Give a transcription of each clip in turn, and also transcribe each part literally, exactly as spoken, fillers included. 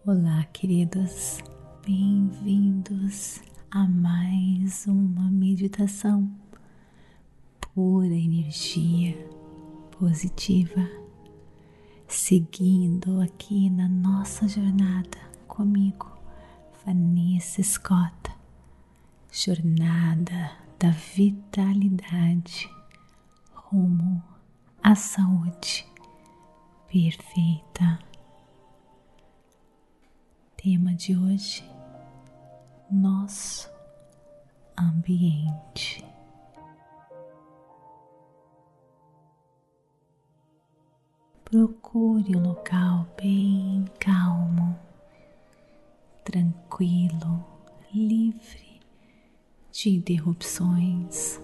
Olá, queridos, bem-vindos a mais uma meditação pura energia positiva, seguindo aqui na nossa jornada comigo, Vanessa Scott, jornada da vitalidade rumo à saúde perfeita. Tema de hoje: nosso ambiente. Procure um local bem calmo, tranquilo, livre de interrupções.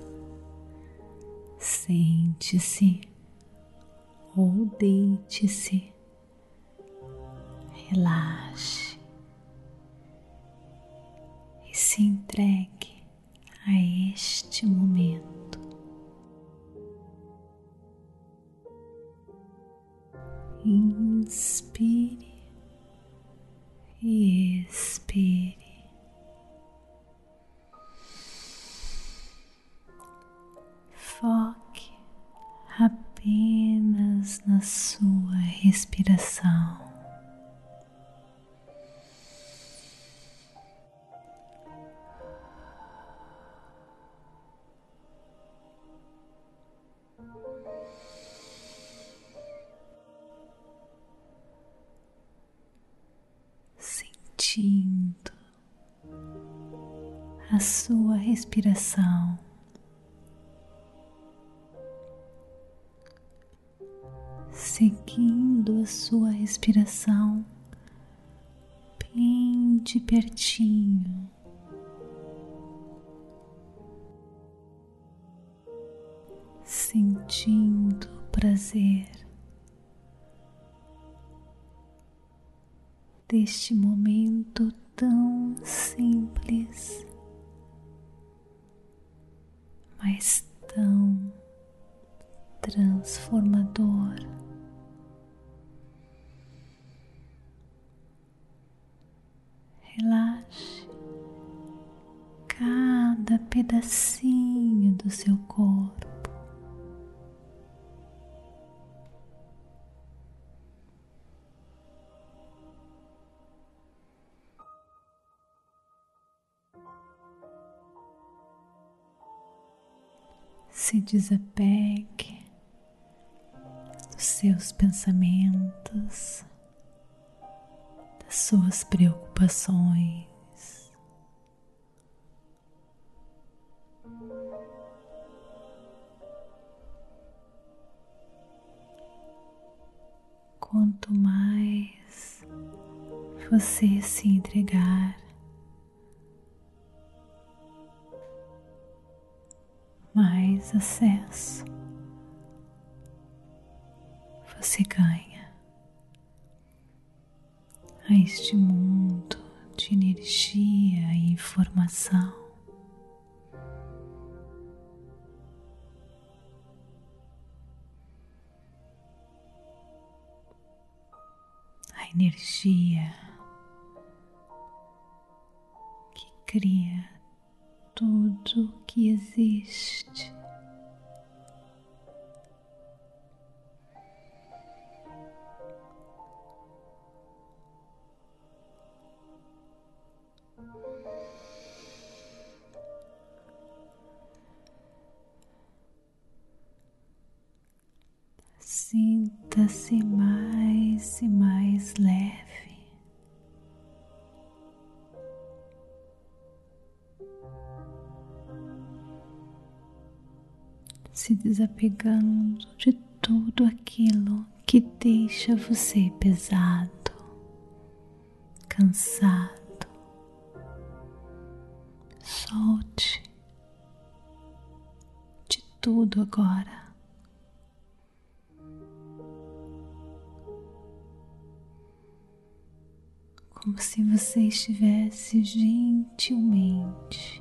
Sente-se ou deite-se, relaxe e se entregue a este momento. Inspire e expire. Foque apenas na sua respiração. Sentindo a sua respiração, seguindo a sua respiração bem de pertinho, sentindo o prazer deste momento tão simples, mas tão transformador. Relaxe cada pedacinho do seu corpo. Se desapegue dos seus pensamentos, das suas preocupações. Quanto mais você se entregar, mais acesso você ganha a este mundo de energia e informação. A energia que cria tudo o que existe. Sinta-se mais e mais leve. Se desapegando de tudo aquilo que deixa você pesado, cansado. Solte de tudo agora. Como se você estivesse gentilmente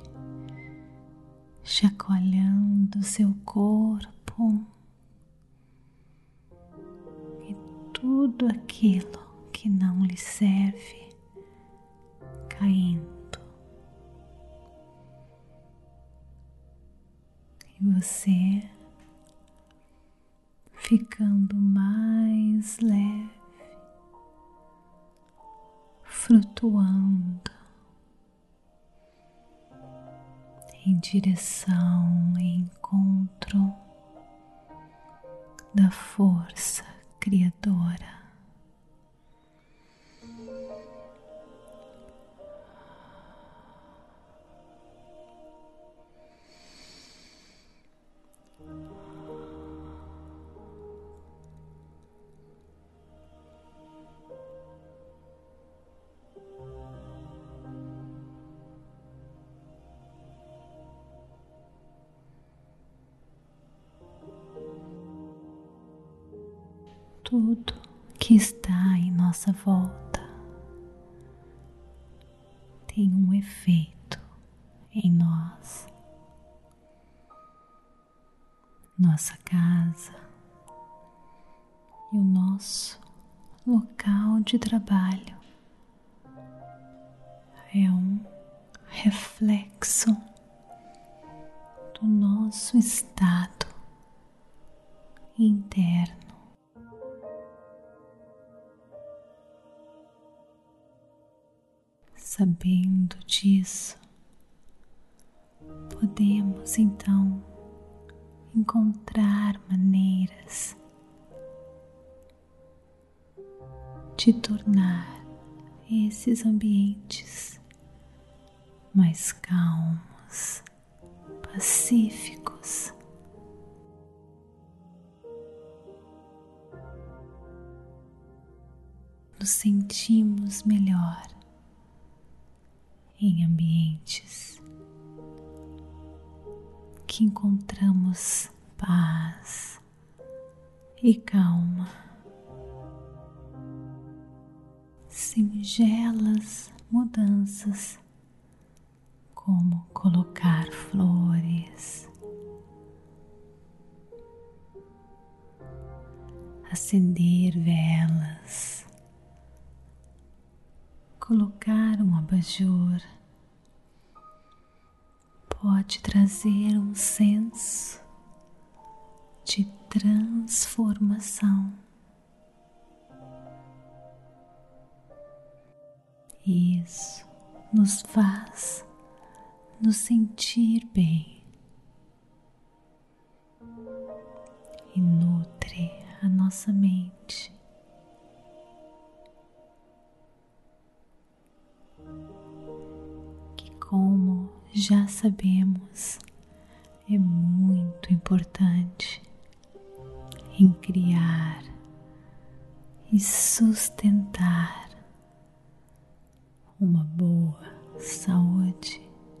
chacoalhando seu corpo e tudo aquilo que não lhe serve caindo e você ficando mais leve, flutuando em direção e encontro da força criadora. Tudo que está em nossa volta tem um efeito em nós. Nossa casa e o nosso local de trabalho é um reflexo do nosso estado interno. Sabendo disso, podemos então encontrar maneiras de tornar esses ambientes mais calmos, pacíficos. Nos sentimos melhor em ambientes que encontramos paz e calma. Singelas mudanças, como colocar flores, acender velas, colocar um abajur, pode trazer um senso de transformação. Isso nos faz nos sentir bem e nutre a nossa mente. Que, como já sabemos, é muito importante em criar e sustentar uma boa saúde.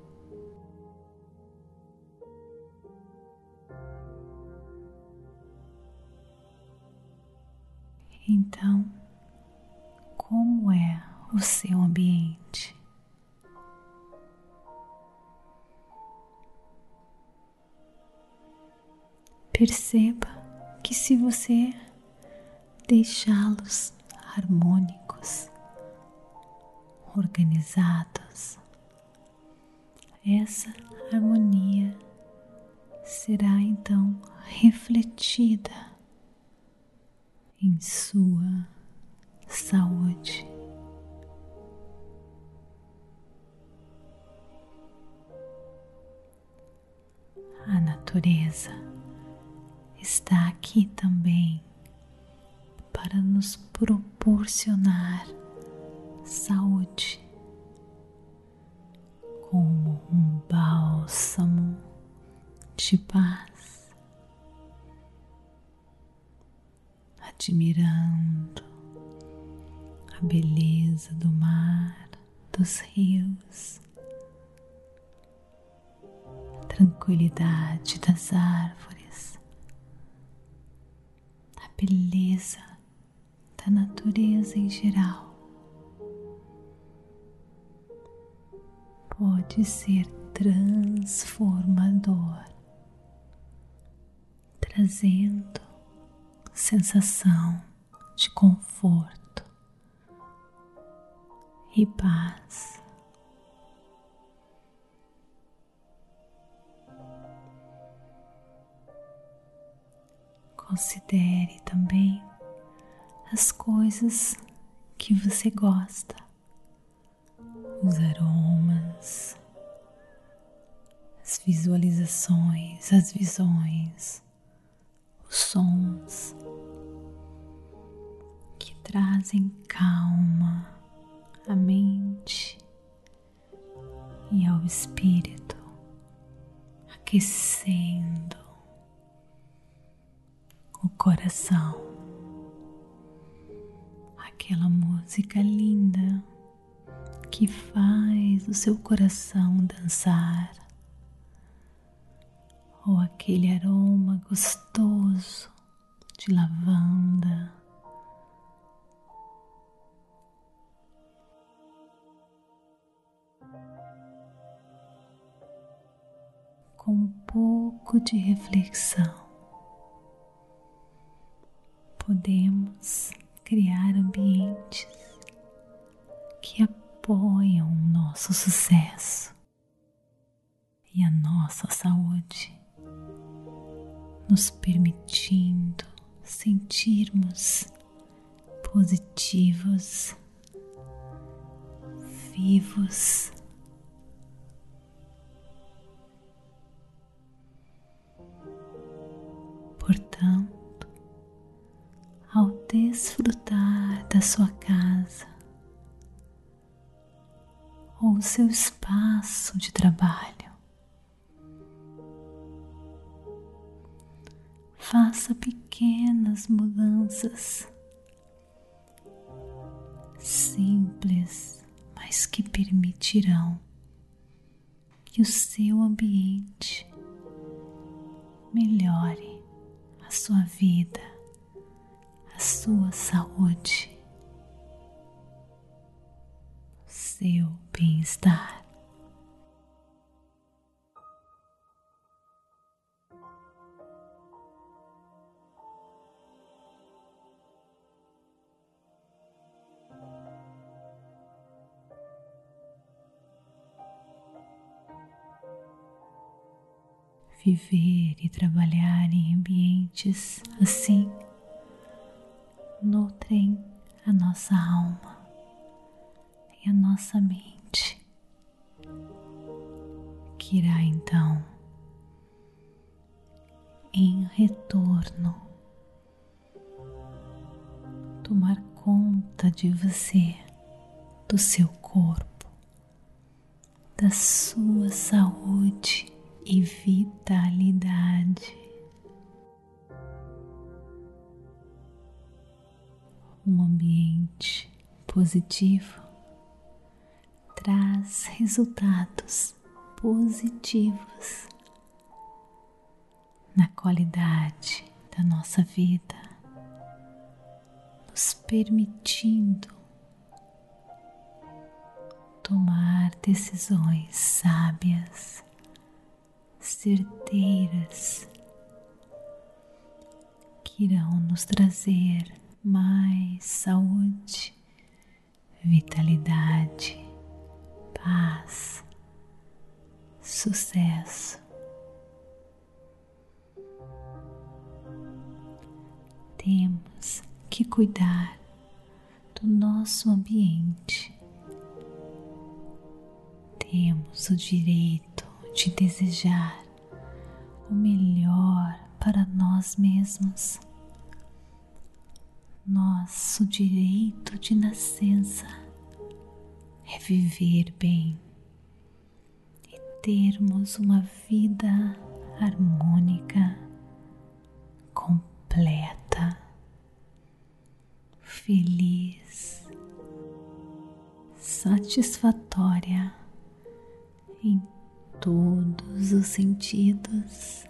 Então, como é o seu ambiente? Perceba que, se você deixá-los harmônicos, organizados, essa harmonia será então refletida em sua saúde. A natureza está aqui também para nos proporcionar saúde, como um bálsamo de paz, admirando a beleza do mar, dos rios, a tranquilidade das árvores, a beleza da natureza em geral. Pode ser transformador, trazendo sensação de conforto e paz Considere também as coisas que você gosta, os aromas, as visualizações, as visões, os sons que trazem calma à mente e ao espírito, aquecendo o coração. Aquela música linda que faz o seu coração dançar, ou aquele aroma gostoso de lavanda, com um pouco de reflexão. Podemos criar ambientes que apoiam o nosso sucesso e a nossa saúde, nos permitindo sentirmos positivos, vivos. Portanto, ao desfrutar da sua casa ou seu espaço de trabalho, faça pequenas mudanças simples, mas que permitirão que o seu ambiente melhore a sua vida, a sua saúde, o seu bem-estar. Viver e trabalhar em ambientes assim nutrem a nossa alma e a nossa mente, que irá então, em retorno, tomar conta de você, do seu corpo, da sua saúde e vitalidade. Um ambiente positivo traz resultados positivos na qualidade da nossa vida, nos permitindo tomar decisões sábias, certeiras, que irão nos trazer mais saúde, vitalidade, paz, sucesso. Temos que cuidar do nosso ambiente. Temos o direito de desejar o melhor para nós mesmos. Nosso direito de nascença é viver bem e termos uma vida harmônica, completa, feliz, satisfatória em todos os sentidos.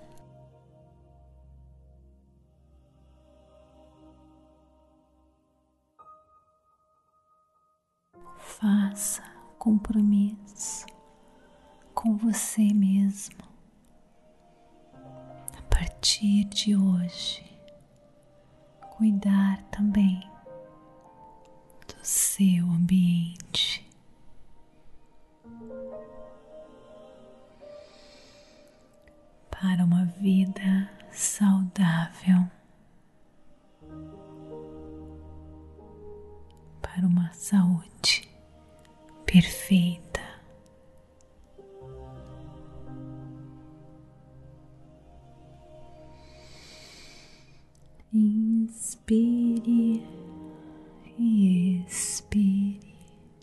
Faça compromisso com você mesmo. A partir de hoje, cuidar também do seu ambiente. Para uma vida saudável Inspire e expire.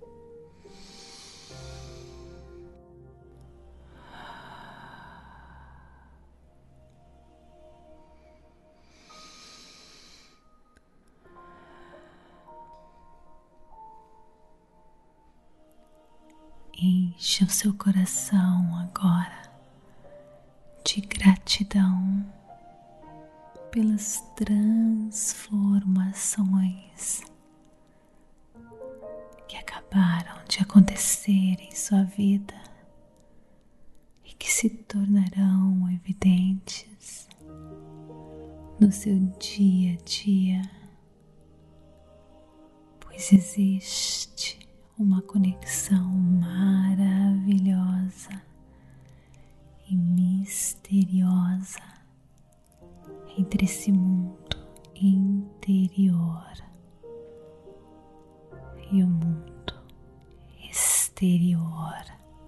Encha o seu coração agora de gratidão pelas transformações que acabaram de acontecer em sua vida e que se tornarão evidentes no seu dia a dia, pois existe uma conexão maravilhosa e misteriosa entre esse mundo interior e o mundo exterior.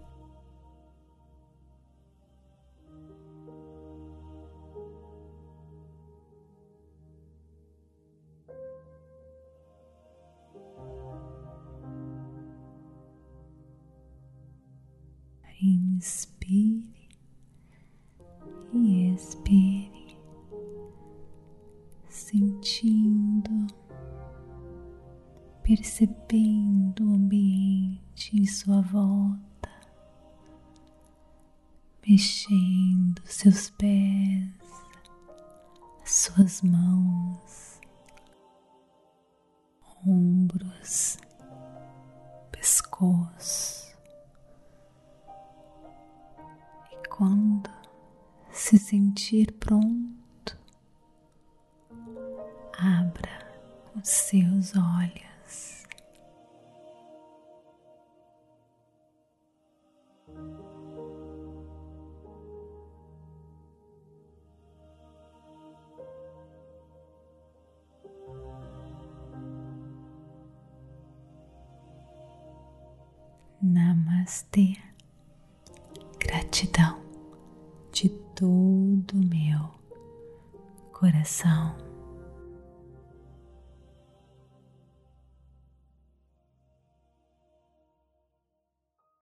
Inspire e expire, sentindo, percebendo o ambiente em sua volta, mexendo seus pés, suas mãos, ombros, pescoço. Quando se sentir pronto, abra os seus olhos. Namastê. Gratidão de todo o meu coração.